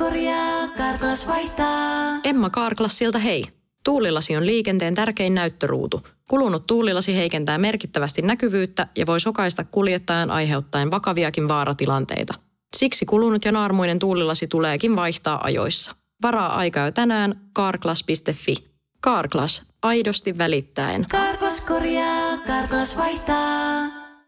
korjaa, Carglass vaihtaa. Emma Carglassilta hei. Tuulilasi on liikenteen tärkein näyttöruutu. Kulunut tuulilasi heikentää merkittävästi näkyvyyttä ja voi sokaista kuljettajan aiheuttaen vakaviakin vaaratilanteita. Siksi kulunut ja naarmuinen tuulilasi tuleekin vaihtaa ajoissa. Varaa aikaa jo tänään carglass.fi. Carglass, aidosti välittäen. Carglass korjaa, Carglass vaihtaa.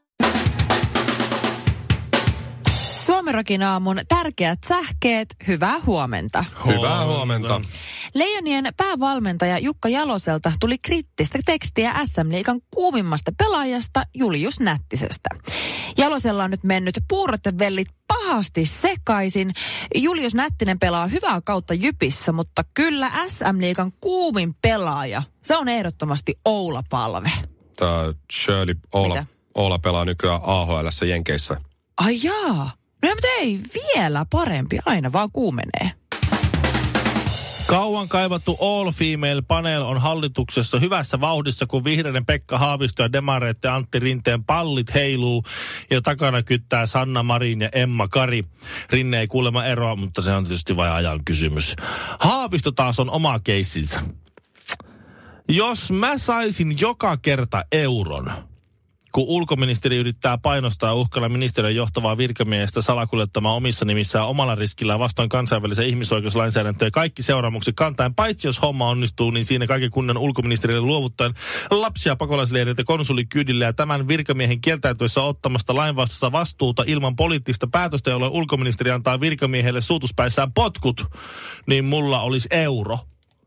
Suomirokin aamun tärkeät sähkeet, hyvää huomenta. Hyvää huomenta. Leijonien päävalmentaja Jukka Jaloselta tuli kriittistä tekstiä SM-liigan kuumimmasta pelaajasta Julius Nättisestä. Jalosella on nyt mennyt puurot ja vellit pahasti sekaisin. Julius Nättinen pelaa hyvää kautta Jypissä, mutta kyllä SM-liigan kuumin pelaaja, se on ehdottomasti Oula Palve. Tämä Shirley Oula pelaa nykyään AHL:ssä Jenkeissä. Ai jaa. No mutta ei, vielä parempi, aina vaan kuumenee. Kauan kaivattu All Female Panel on hallituksessa hyvässä vauhdissa, kun vihreiden Pekka Haavisto ja demareiden Antti Rinteen pallit heiluu ja takana kyttää Sanna Marin ja Emma Kari. Rinne ei kuulemma eroa, mutta se on tietysti vain ajan kysymys. Haavisto taas on oma keissinsä. Jos mä saisin joka kerta euron, kun ulkoministeri yrittää painostaa uhkalla ministeriön johtavaa virkamiestä salakuljettamaan omissa nimissään omalla riskillä vastoin kansainvälisen ihmisoikeuslainsäädäntöä ja kaikki seuraamukset kantaen, paitsi jos homma onnistuu, niin siinä kaiken kunnan ulkoministeriölle luovuttaen lapsia pakolaisleiriltä konsulikyydille ja tämän virkamiehen kieltäytyessä ottamasta lainvastaista vastuuta ilman poliittista päätöstä, jolloin ulkoministeri antaa virkamiehelle suutuspäissään potkut, niin mulla olisi euro.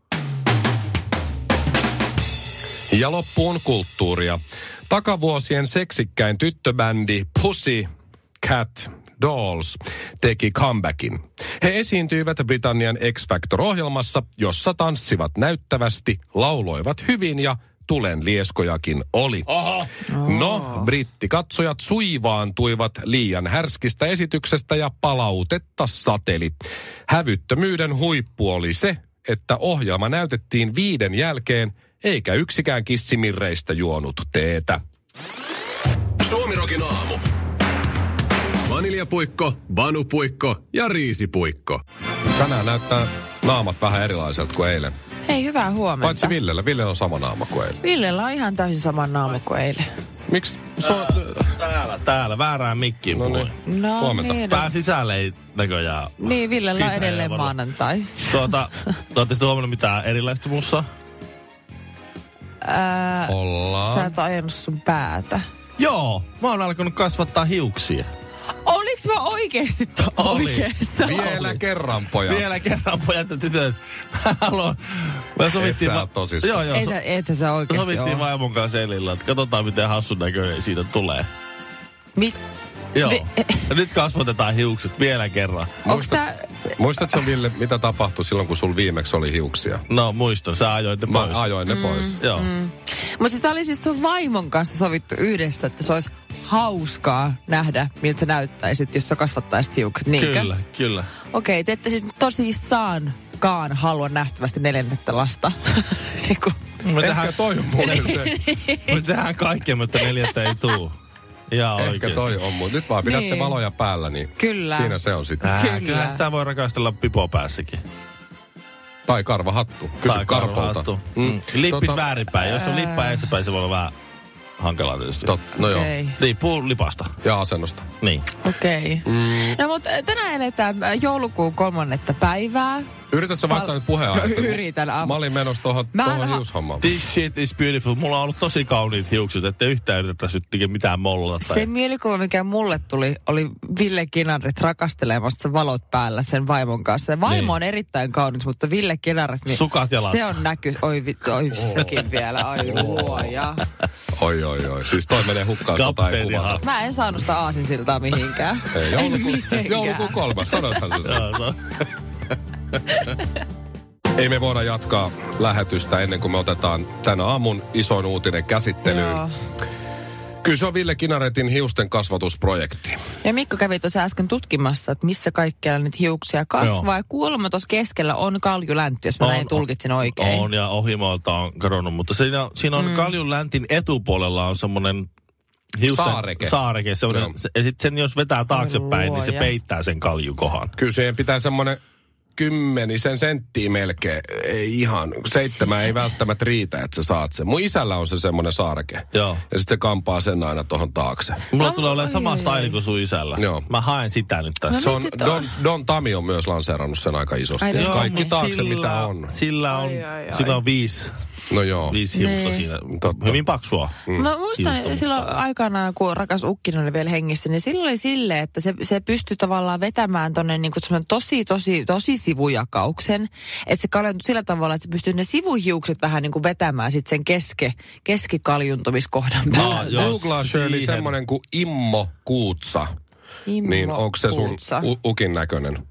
Ja loppuun kulttuuria. Takavuosien seksikkäin tyttöbändi Pussy Cat Dolls teki comebackin. He esiintyivät Britannian X Factor-ohjelmassa, jossa tanssivat näyttävästi, lauloivat hyvin ja tulenlieskojakin oli. Aha. No, brittikatsojat suivaantuivat liian härskistä esityksestä ja palautetta sateli. Hävyttömyyden huippu oli se, että ohjelma näytettiin 5 jälkeen, eikä yksikään kissimirreistä juonut teetä. Suomirokin aamu. Vaniljapuikko, banupuikko ja riisipuikko. Tänään näyttää naamat vähän erilaiselta kuin eilen. Hei, hyvää huomenta. Paitsi Villellä. Ville on sama naama kuin eilen. Villellä on ihan täysin sama naama kuin eilen. Miksi? Täällä, väärään mikkiin puhui. No huomenta. niin. Pää sisälle ei näköjään. Niin, Villellä on edelleen maanantai. Ootte sitten huomannut mitään erilaista mussa? Ollaan. Sä et ajanut sun päätä. Joo, mä oon alkanut kasvattaa hiuksia. Oliks mä oikeesti oikeassa? Vielä kerran, pojat. Vielä kerran, pojat ja tytöt. Mä haluan. Et sä oot tosissaan. Joo, Eitä sä oikeesti sovittiin vaimon kanssa elillä, että katsotaan miten hassun näköinen siitä tulee. Joo. Ja nyt kasvatetaan hiukset vielä kerran. Muistatko, Ville, mitä tapahtui silloin, kun sul viimeksi oli hiuksia? No muistan, sä ajoit ne pois. Mä ajoin ne pois. Joo. Mutta siis tää oli siis sun vaimon kanssa sovittu yhdessä, että se olisi hauskaa nähdä, miltä sä näyttäisit, jos sä kasvattaisit hiukset, niinkö? Kyllä. Okei, te ette siis tosissaankaan halua nähtävästi 4. lasta. Ehkä toi on muuten se. Me tehdään kaikkea, mutta 4 ei tuu. Jaa, Ehkä oikeasti. toi on, mutta nyt vaan pidätte valoja päällä, niin Kyllä. Siinä se on sitten. Kyllä sitä voi rakastella pipo päässäkin. Tai karvahattu. Kysy Karpolta. Lippis väärinpäin. Jos on lippa edespäin, se voi olla vähän hankalaa tietysti. No joo. Riippuu lipasta. Ja asennosta. Niin. Okei. No mutta tänään eletään joulukuun 3. päivää. Yritätkö vaihtaa nyt puheenaikaa? No yritän. Mä olin menossa tuohon hiushommaan. This shit is beautiful. Mulla on ollut tosi kauniit hiukset, ettei yhtään yritettäisi nyt mitään mollata. Se mielikuva, mikä mulle tuli, oli Ville Kinaret rakastelemassa valot päällä sen vaimon kanssa. Vaimo on erittäin kaunis, mutta Ville Kinaret, niin sukat jalassa. Se on oi sekin vielä. Ai luoja. Oi. Siis toi menee hukkaan, tota ei kuvata. Mä en saanut sitä aasinsiltaa mihinkään. Ei, joulukuun 3. Sanoithan se. Ei me voida jatkaa lähetystä ennen kuin me otetaan tänä aamun isoin uutinen käsittelyyn. Joo. Kyllä se on Ville Kinaretin hiusten kasvatusprojekti. Ja Mikko kävi tuossa äsken tutkimassa, että missä kaikkialla niitä hiuksia kasvaa. Ja kuulemma tuossa keskellä on kaljuläntti, jos mä näin tulkitsin oikein. On ja ohimoilta on kadonnut, mutta siinä on kaljuläntin etupuolella on semmoinen saareke. Ja sitten sen jos vetää taaksepäin, niin se peittää sen kaljukohan. Kyllä siihen pitää semmoinen 10 senttiä melkein. Ei ihan. 7 ei välttämättä riitä, että sä saat sen. Mun isällä on se semmoinen saareke. Joo. Ja sit se kampaa sen aina tohon taakse. Mulla tulee olemaan sama style kuin sun isällä. Joo. Mä haen sitä nyt tässä. Se on, Don Tami on myös lanseerannut sen aika isosti. Ai, Joo, kaikki mutta taakse mitä on. Sillä on 5 No joo. 5 hiusta siinä. Totta. Hyvin paksua. Mä muistan silloin aikanaan, kun rakas Ukkinen oli vielä hengissä, niin silloin oli silleen, että se pystyi tavallaan vetämään tonne niin kuin semmoinen tosi sivujakauksen. Että se kaljantui sillä tavalla, että se pystyy ne sivuhiukset vähän niin kuin vetämään sitten sen keskikaljuntumiskohdan päälle. Googlaa Shirley semmoinen kuin Immo Kuutsa. Niin onko se sun ukin näköinen?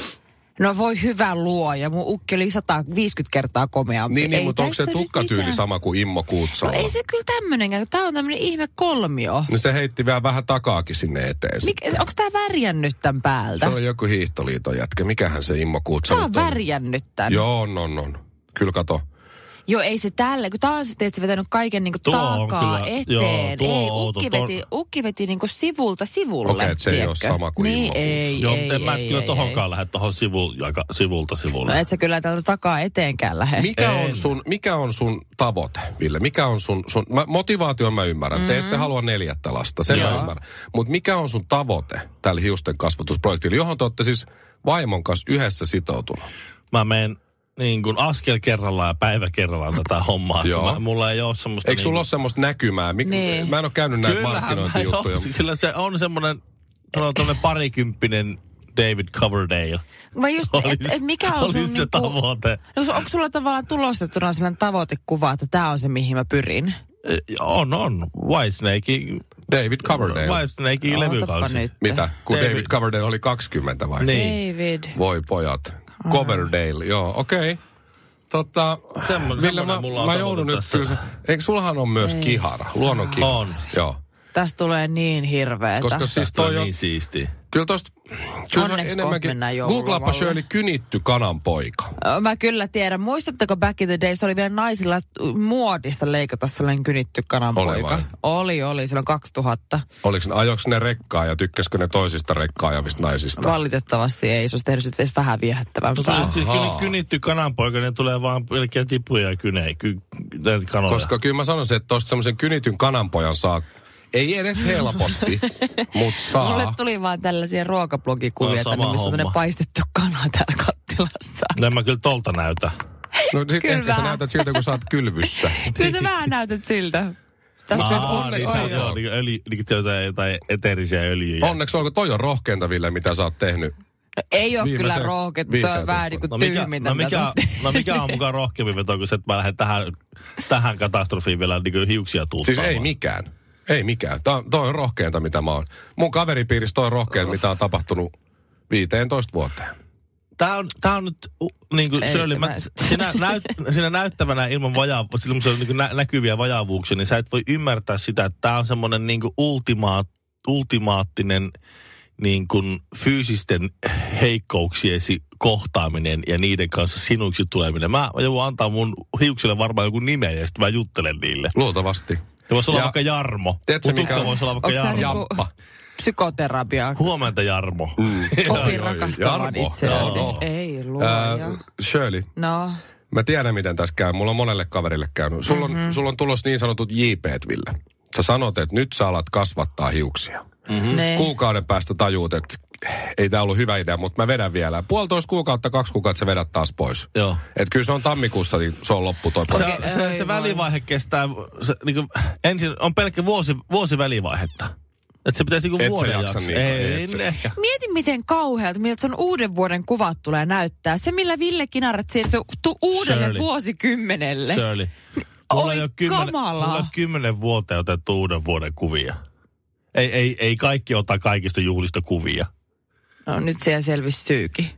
No voi hyvä luoja. Mun ukki oli 150 kertaa komeampi. Niin, mutta onko se tukkatyyli sama kuin Immo Kuutsalla? No ei se kyllä tämmönenkään. Tää on tämmönen ihme kolmio. No se heitti vähän takaakin sinne eteen. Onko tää värjännyt tän päältä? Se on joku hiihtoliiton jätkä. Mikähän se Immo Kuutsa Tää on värjännyt tän. Joo, on. Kyllä kato. Joo, ei se tälle, kun tää on sitten, että se vetänyt kaiken niinku takaa eteen. Joo, ei, ukki veti niinku sivulta sivulle. Okei, että se ei ole sama kuin Immo Kuutsa. Joo, mutta en mä kyllä tohonkaan lähde tohon sivulta sivulle. No et sä kyllä tältä takaa eteenkään lähde. Mikä on sun tavoite, Ville? Mikä on sun motivaation mä ymmärrän. Te ette halua 4 lasta, sen mä ymmärrän. Mutta mikä on sun tavoite tällä hiusten kasvatusprojektilla, johon te olette siis vaimon kanssa yhdessä sitoutunut? Mä menen niin kuin askel kerrallaan ja päivä kerrallaan tätä hommaa. Mulla ei ole semmoista... Eikö sulla ole semmoista näkymää? Niin. Mä en ole käynyt näitä markkinointijuttuja. Kyllä se on semmoinen, parikymppinen David Coverdale. Mä just, mikä on sun se tavoite. No, onko sulla tavallaan tulostettuna sellainen tavoitekuva, että tää on se, mihin mä pyrin? On. Whitesnake. David Coverdale. Whitesnake levykausi. Mitä? Kun David Coverdale oli 20 vai? Niin. David. Voi pojat. Coverdale, joo, okei. Ville, mä joudun nyt kyllä. Eikö sullahan on myös kihara, luonnon kihara? On. Joo. Tästä tulee niin hirveetä. Koska siis toi on niin siisti. Kyllä tosta... Onneksi kohta mennään joululomalla. Googlaappa Shirley Kynitty kananpoika. Mä kyllä tiedän. Muistatteko back in the days, oli vielä naisilla muodista leikata sellainen kynitty kananpoika? Oli silloin 2000. Ajoiko ne rekkaa ja tykkäskö ne toisista rekkaa ajavista naisista? Valitettavasti ei. Se olisi tehnyt sitten edes vähän viehättävämpää. No, siis kynitty kananpoika, ne tulee vaan pelkkiä tipuja ja kanoja. Koska kyllä mä sanoisin, että tosta semmoisen kynityn kananpojan saa... Ei edes helposti, mutta saa. Mulle tuli vaan tällaisia ruokablogikuvia, että missä on paistettu kana täällä kattilassa. En mä kyllä tolta näytä. No sit ehkä sä näytät siltä, kun sä oot kylvyssä. Kyllä sä vähän näytät siltä. Mutta siis onneksi jotain eteerisiä öljyjä. Onneksi olko toi on rohkeinta, Ville, mitä sä oot tehnyt? No, ei ole kyllä rohkeet, mutta toi on vähän niin kuin tyhmintä. Mikä on mukaan rohkeampi veto, kun se, että mä lähden tähän katastrofiin vielä niin hiuksia tuuttaamaan. Siis ei mikään. Ei mikään. Toi on rohkeinta, mitä mä oon. Mun kaveripiirissä toi on rohkeinta, mitä on tapahtunut 15 vuoteen. Tää on nyt niin kuin Shirley, siinä näyttävänä ilman silloin se on niin näkyviä vajaavuuksia, niin sä et voi ymmärtää sitä, että tää on semmoinen niin kuin ultimaattinen niin kuin fyysisten heikkouksiesi kohtaaminen ja niiden kanssa sinuiksi tuleminen. Mä joudun antaa mun hiuksille varmaan joku nimeä ja sitten mä juttelen niille. Luultavasti. Se voisi olla vaikka Jarmo. Tiedätkö, mikä voisi olla vaikka Jarmo. Jamppa. Psykoterapiaa. Huomenta, Jarmo. Opin rakastamaan itseäsi. Ei luoja. Shirley. No. Mä tiedän, miten tässä käy. Mulla on monelle kaverille käynyt. Sulla on tulossa niin sanotut JP:t, Ville. Sä sanot, että nyt sä alat kasvattaa hiuksia. Kuukauden päästä tajuut, että ei tää ollut hyvä idea, mutta mä vedän vielä. 1,5 kuukautta, 2 kuukautta sä vedät taas pois. Joo. Et kyllä se on tammikuussa, niin se on loppu toi. Se välivaihe kestää, niin ensin on pelkkä vuosi välivaihetta. Että se pitäisi niin vuoden jaksaa. Ei ehkä. Mieti miten kauhealta, miltä sun uuden vuoden kuvat tulee näyttää. Se, millä Ville Kinaret siirtyi uudelle Shirley. Vuosikymmenelle. Shirley. Mulla ei ole 10 vuotta otettu uuden vuoden kuvia. Ei kaikki ota kaikista juhlista kuvia. No nyt siellä selvisi syykin.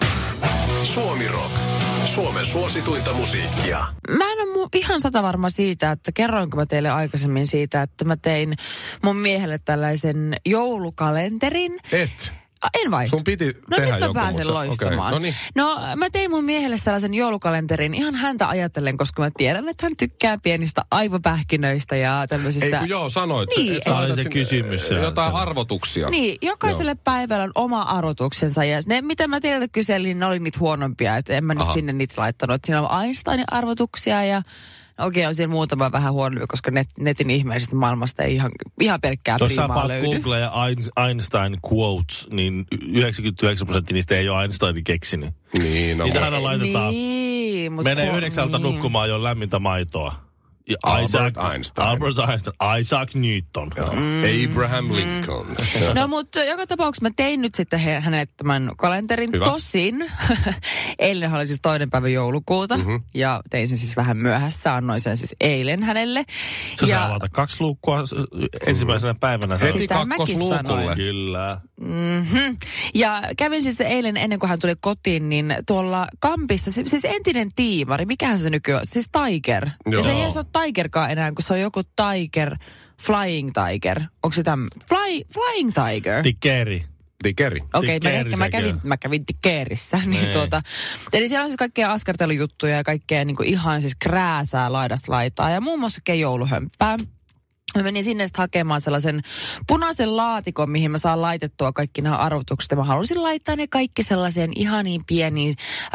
Suomi Rock. Suomen suosituinta musiikkia. Mä en ole ihan satavarma siitä, että kerroinko mä teille aikaisemmin siitä, että mä tein mun miehelle tällaisen joulukalenterin. Et. En vai? Sun piti No tehdä nyt mä joku, pääsen loistamaan. Okay. No niin. No mä tein mun miehelle sellaisen joulukalenterin ihan häntä ajatellen, koska mä tiedän, että hän tykkää pienistä aivopähkinöistä ja tämmöisistä. Ei kun joo, sanoit. Niin, että sä laitat se kysymys. jotain arvotuksia. Niin, jokaiselle päivällä on oma arvotuksensa ja ne, mitä mä teiltä kyselin, ne oli niitä huonompia, että en mä nyt sinne niitä laittanut. Että siinä on Einsteinin arvotuksia ja okei, on siinä muutama vähän huonompi, koska netin ihmeellisestä maailmasta ei ihan pelkkää priimaa löydy. Jos sä Google ja Einstein quotes, niin 99% niistä ei ole Einsteinin keksinyt. Niin, no. Niitä aina laitetaan. Niin, mutta menee 9 nukkumaan jo lämmintä maitoa. Ja Albert Einstein. Isaac Newton. Abraham Lincoln. No mutta joka tapauksessa mä tein nyt sitten hänelle tämän kalenterin. Hyvä. Tosin, eilen oli siis 2. päivä joulukuuta ja tein sen siis vähän myöhässä. Annoin sen siis eilen hänelle. Sä saa avata 2 luukkua ensimmäisenä päivänä. Heti kakkosluukulle. Kyllä. Mm-hmm. Ja kävin siis eilen ennen kuin hän tuli kotiin, niin tuolla Kampissa, siis entinen tiimari, mikähän se nykyään on? Siis Tiger. Joo. Ja se ei edes ole Tigerkaan enää, kun se on joku Tiger, Flying Tiger. Onko se Flying Tiger? Tikeri. Okei, mä kävin Tikerissä. Niin eli siellä on siis kaikkea askartelujuttuja ja kaikkea niin kuin ihan siis krääsää laidasta laitaa ja muun muassa jouluhömppää. Mä menin sinne sitten hakemaan sellaisen punaisen laatikon, mihin mä saan laitettua kaikki nämä arvotukset. Mä halusin laittaa ne kaikki sellaiseen ihaniin pieniin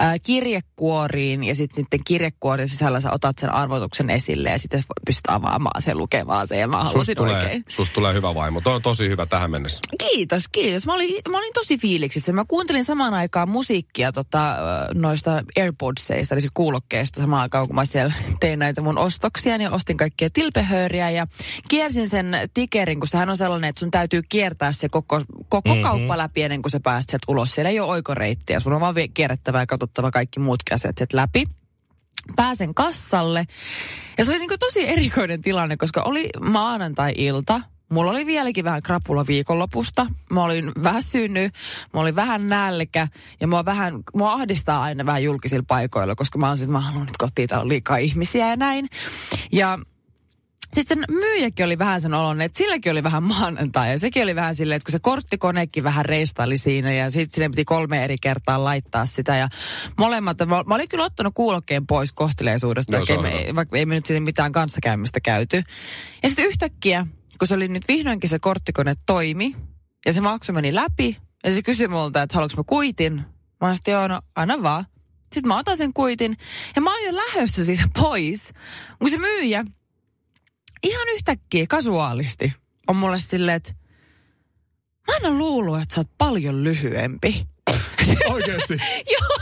kirjekuoriin. Ja sitten niiden kirjekuorien sisällä sä otat sen arvotuksen esille ja sitten pystyt avaamaan sen, lukemaan sen. Ja mä halusin oikein. Susta tulee hyvä vaimo. Toi on tosi hyvä tähän mennessä. Kiitos. Mä olin tosi fiiliksissä. Mä kuuntelin samaan aikaan musiikkia noista AirPodsseista, eli siis kuulokkeista samaan aikaan, kun mä siellä tein näitä mun ostoksia. Niin ostin kaikkia tilpehööriä ja kiersin sen Tikerin, kun sehän on sellainen, että sun täytyy kiertää se koko kauppa läpi ennen kuin sä pääset sieltä ulos. Siellä ei ole oikoreittiä, sun on vaan kierrettävä ja katsottava kaikki muut käset sieltä läpi. Pääsen kassalle ja se oli niin tosi erikoinen tilanne, koska oli maanantai-ilta. Mulla oli vieläkin vähän krapula viikonlopusta. Mä olin väsynyt, mä olin vähän nälkä ja mua ahdistaa aina vähän julkisilla paikoilla, koska mä haluan nyt kotiin, täällä on liikaa ihmisiä ja näin. Ja sitten sen myyjäkin oli vähän sen olon, että silläkin oli vähän maanantai. Ja sekin oli vähän silleen, että kun se korttikonekin vähän reistaili siinä ja sitten sinne piti 3 eri kertaa laittaa sitä. Ja molemmat, mä olin kyllä ottanut kuulokkeen pois kohteliaisuudesta, vaikka ei me nyt sinne mitään kanssakäymistä käyty. Ja sitten yhtäkkiä, kun se oli nyt vihdoinkin se korttikone toimi ja se maksu meni läpi ja se kysyi multa, että haluanko mä kuitin. Mä sanoin, että joo, no anna vaan. Sitten mä otan sen kuitin ja mä oon jo lähdössä siitä pois. Kun se myyjä ihan yhtäkkiä, kasuaalisti, on mulle silleen, että mä en ole luullut, että sä oot paljon lyhyempi. Oikeesti? Joo.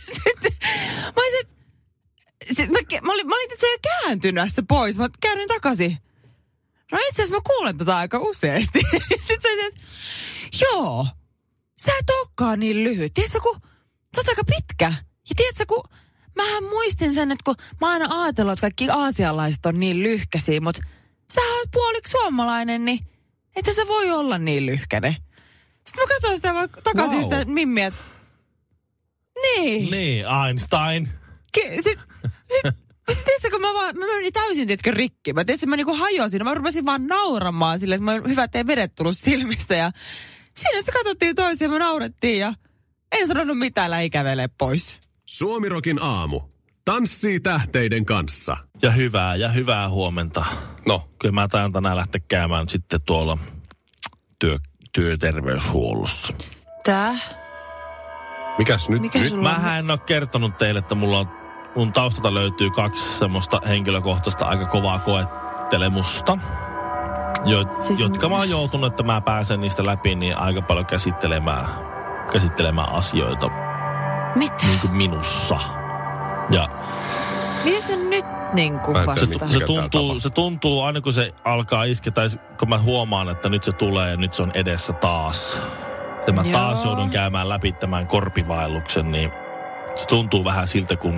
Mä olin itse jo kääntynyt pois. Mä käännyin takaisin. No itse asiassa mä kuulen tätä aika useasti. Sitten se että joo, sä et olekaan niin lyhyt. Tiedätkö, kun sä oot aika pitkä. Ja tiedätkö, kun mähän muistin sen, että kun mä oon aina ajatellut, että kaikki aasialaiset on niin lyhkäisiä, mutta sä oot puoliksi suomalainen, niin että se voi olla niin lyhkäinen. Sitten mä katsoin sitä takaisin sitä mimmiä, että niin. Niin, Einstein. Sitten tiedätkö, kun mä menin täysin, tiedätkö, rikki. Mä niinku hajosin, mä rupesin vaan nauramaan silleen, että hyvä, ettei vedet tullut silmistä. Ja siinä sitten katsottiin toisiaan, me naurettiin ja en sanonut mitään, lähi kävelee pois. Suomirokin aamu. Tanssii tähteiden kanssa. Ja hyvää huomenta. No, kyllä mä taidan tänään lähteä käymään sitten tuolla työterveyshuollossa. Mikäs nyt? Mähän en ole kertonut teille, että mun taustalta löytyy 2 semmoista henkilökohtaista aika kovaa koettelemusta, jotka mä oon joutunut, että mä pääsen niistä läpi, niin aika paljon käsittelemään asioita. Mitä? Niin kuin minussa. Ja mitä se nyt niin kuin vastaa? Se tuntuu aina kun se alkaa iskeä, tai kun mä huomaan, että nyt se tulee ja nyt se on edessä taas. Ja mä taas joudun käymään läpi tämän korpivaelluksen, niin se tuntuu vähän siltä kuin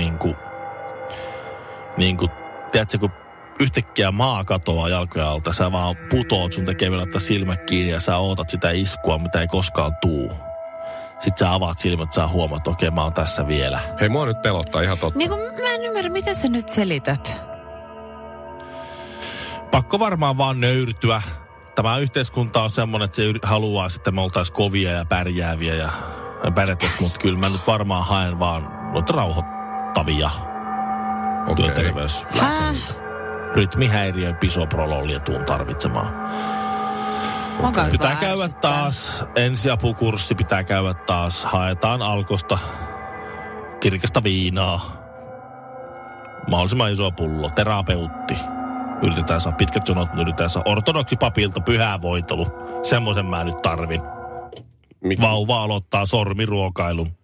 tiedätkö, kun yhtäkkiä maa katoaa jalkojen alta, sä vaan putoot, sun tekee vielä ottaa silmät kiinni ja sä ootat sitä iskua, mitä ei koskaan tuu. Sitten sä avaat silmät, sä huomaat, että okei, mä oon tässä vielä. Hei, mua nyt pelottaa ihan totta. Niin kuin mä en ymmärrä, mitä sä nyt selität? Pakko varmaan vaan nöyrtyä Tämä yhteiskunta on semmoinen, että se haluaa, että me oltaisiin kovia ja pärjääviä ja pärjätäisiin, mutta kyllä mä nyt varmaan haen vaan noita rauhoittavia työterveyslääkäreitä. Rytmihäiriön bisoprololia tuun tarvitsemaan. Pitää käydä taas, ensiapukurssi pitää käydä taas, haetaan Alkosta kirkasta viinaa, mahdollisimman iso pullo, terapeutti. Yritetään saa pitkät jonot, yritetään saa ortodoksipapilta pyhää voitelu. Semmoisen mä nyt tarvin. Vauva aloittaa sormiruokailun.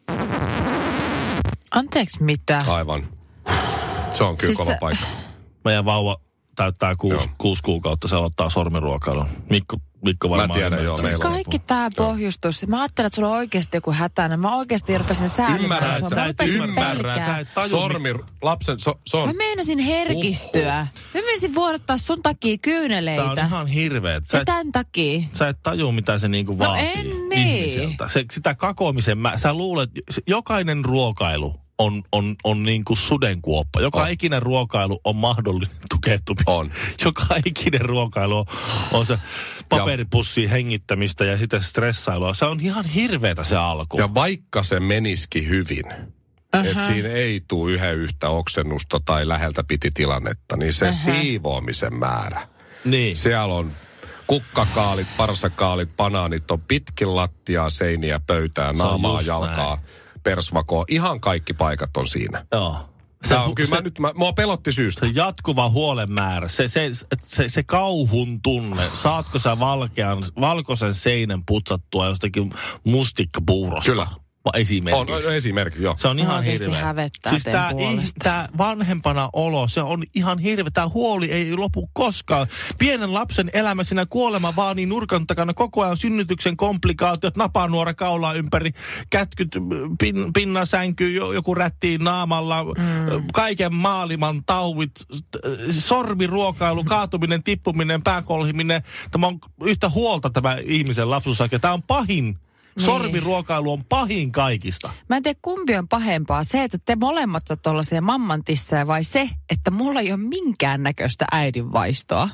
Anteeksi, mitä? Aivan. Se on kyllä kova paikka. Meidän vauva täyttää 6 kuukautta, se aloittaa sormiruokailun. Mikko varmaan. Mä tiedän, joo. Siis kaikki tää pohjustus. Mä ajattelin, että sulla on oikeasti joku hätänä. Mä oikeasti rupesin säälimään. Ymmärrät. Lapsen, se on. Mä meinasin herkistyä. Mä meinasin vuodottaa sun takia kyyneleitä. Tää on ihan hirveet. Ja tän takia. Sä et tajua, mitä se niinku vaatii ihmiseltä. Sitä kakoamisen sä luulet, jokainen ruokailu on niin kuin sudenkuoppa. Joka ikinen ruokailu on mahdollinen tukehtuminen. On. Joka ikinen ruokailu on se paperipussiin hengittämistä ja sitten stressailua. Se on ihan hirveetä se alku. Ja vaikka se menisikin hyvin, että siinä ei tule yhtä oksennusta tai läheltä piti tilannetta, niin se siivoamisen määrä. Niin. Siellä on kukkakaalit, parsakaalit, banaanit on pitkin lattiaa, seiniä, pöytää, naamaa, jalkaa. Persvakoa. Ihan kaikki paikat on siinä. Joo. Mua pelotti syystä. Se jatkuva huolen määrä, se kauhun tunne. Saatko sä valkoisen seinän putsattua jostakin mustikkapuurosta? Kyllä. Esimerkiksi. On esimerkki, joo. Se on ihan hirveä. Hävettää siis tää vanhempana olo, se on ihan hirveä. Tää huoli ei lopu koskaan. Pienen lapsen elämä siinä kuolema vaan niin nurkan takana. Koko ajan synnytyksen komplikaatiot, napanuora kaulaa ympäri, kätkyt, pinnasänky, joku rättii naamalla, kaiken maailman tauvit, sormiruokailu, kaatuminen, tippuminen, pääkolhiminen. Tämä on yhtä huolta tämä ihmisen lapsuusaika. Tämä on pahin. Niin. Sormiruokailu on pahin kaikista. Mä en tiedä, kumpi on pahempaa. Se, että te molemmat on tuollaisia mammantissejä vai se, että mulla ei ole minkäännäköistä äidinvaistoa.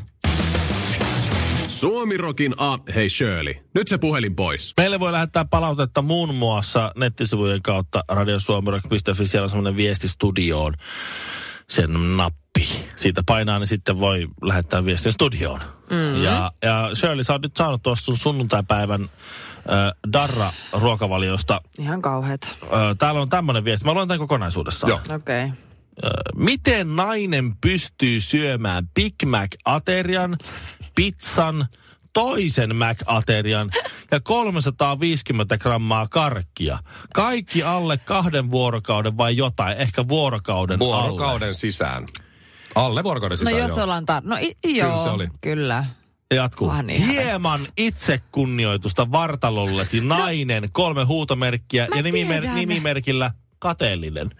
Suomirokin Hei Shirley, nyt se puhelin pois. Meille voi lähettää palautetta muun muassa nettisivujen kautta radiosuomirock.fi. Siellä on semmoinen viesti studioon. Sen nappi. Siitä painaa, niin sitten voi lähettää viestin studioon. Mm-hmm. Ja Shirley, sä oot nyt saanut tuossa sun sunnuntaipäivän Darra-ruokavaliosta. Ihan kauheeta. Täällä on tämmöinen viesti. Mä luen tämän kokonaisuudessaan. Joo. Okei. Okay. Miten nainen pystyy syömään Big Mac-aterian, pizzan, toisen Mac-aterian ja 350 grammaa karkkia? Kaikki alle 2 vuorokauden vai jotain? Ehkä vuorokauden alle. Sisään. Alle vuorokauden sisään, no jos ollaan joo, kyllä se oli. Kyllä. Jatkuu. Hieman itsekunnioitusta vartalollesi nainen, 3 huutomerkkiä ja nimimerkillä kateellinen.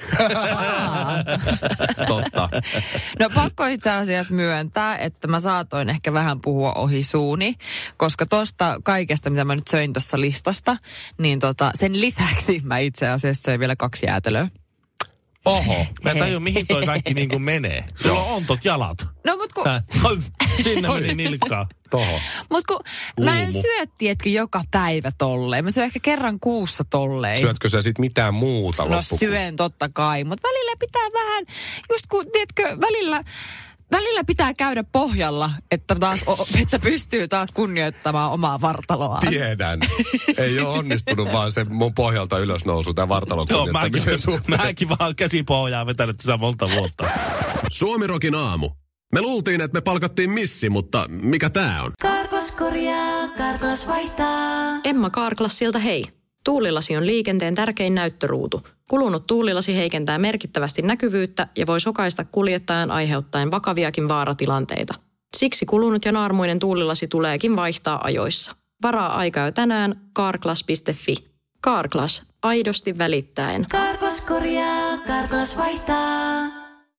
Totta. No pakko itse asiassa myöntää, että mä saatoin ehkä vähän puhua ohi suuni, koska tosta kaikesta, mitä mä nyt söin tuossa listasta, niin sen lisäksi mä itse asiassa söin vielä 2 jäätelöä. Oho. Mä en tajua, mihin toi kaikki niin kuin menee. Sulla on ontot jalat. No mut kun... Sinne meni nilkkaa. Toho. Mut kun mä en syö, tiedätkö, joka päivä tolleen. Mä syön ehkä kerran kuussa tolleen. Syötkö sä sit mitään muuta loppukuussa? No syön totta kai, mutta välillä pitää vähän, just kun, tiedätkö, välillä pitää käydä pohjalla, että pystyy taas kunnioittamaan omaa vartaloaan. Tiedän. Ei ole onnistunut vaan se mun pohjalta ylösnousu, tämä vartalon kunnioittamisen suhteen. Mäkin vaan käsipohjaa vetänyt tässä monta vuotta. Suomirokin aamu. Me luultiin, että me palkattiin missi, mutta mikä tää on? Karklas korjaa, Karklas vaihtaa. Emma Karklassilta hei. Tuulilasi on liikenteen tärkein näyttöruutu. Kulunut tuulilasi heikentää merkittävästi näkyvyyttä ja voi sokaista kuljettajan aiheuttaen vakaviakin vaaratilanteita. Siksi kulunut ja naarmuinen tuulilasi tuleekin vaihtaa ajoissa. Varaa aikaa jo tänään carglass.fi. Carglass, aidosti välittäen. Karklas korjaa, Karklas vaihtaa.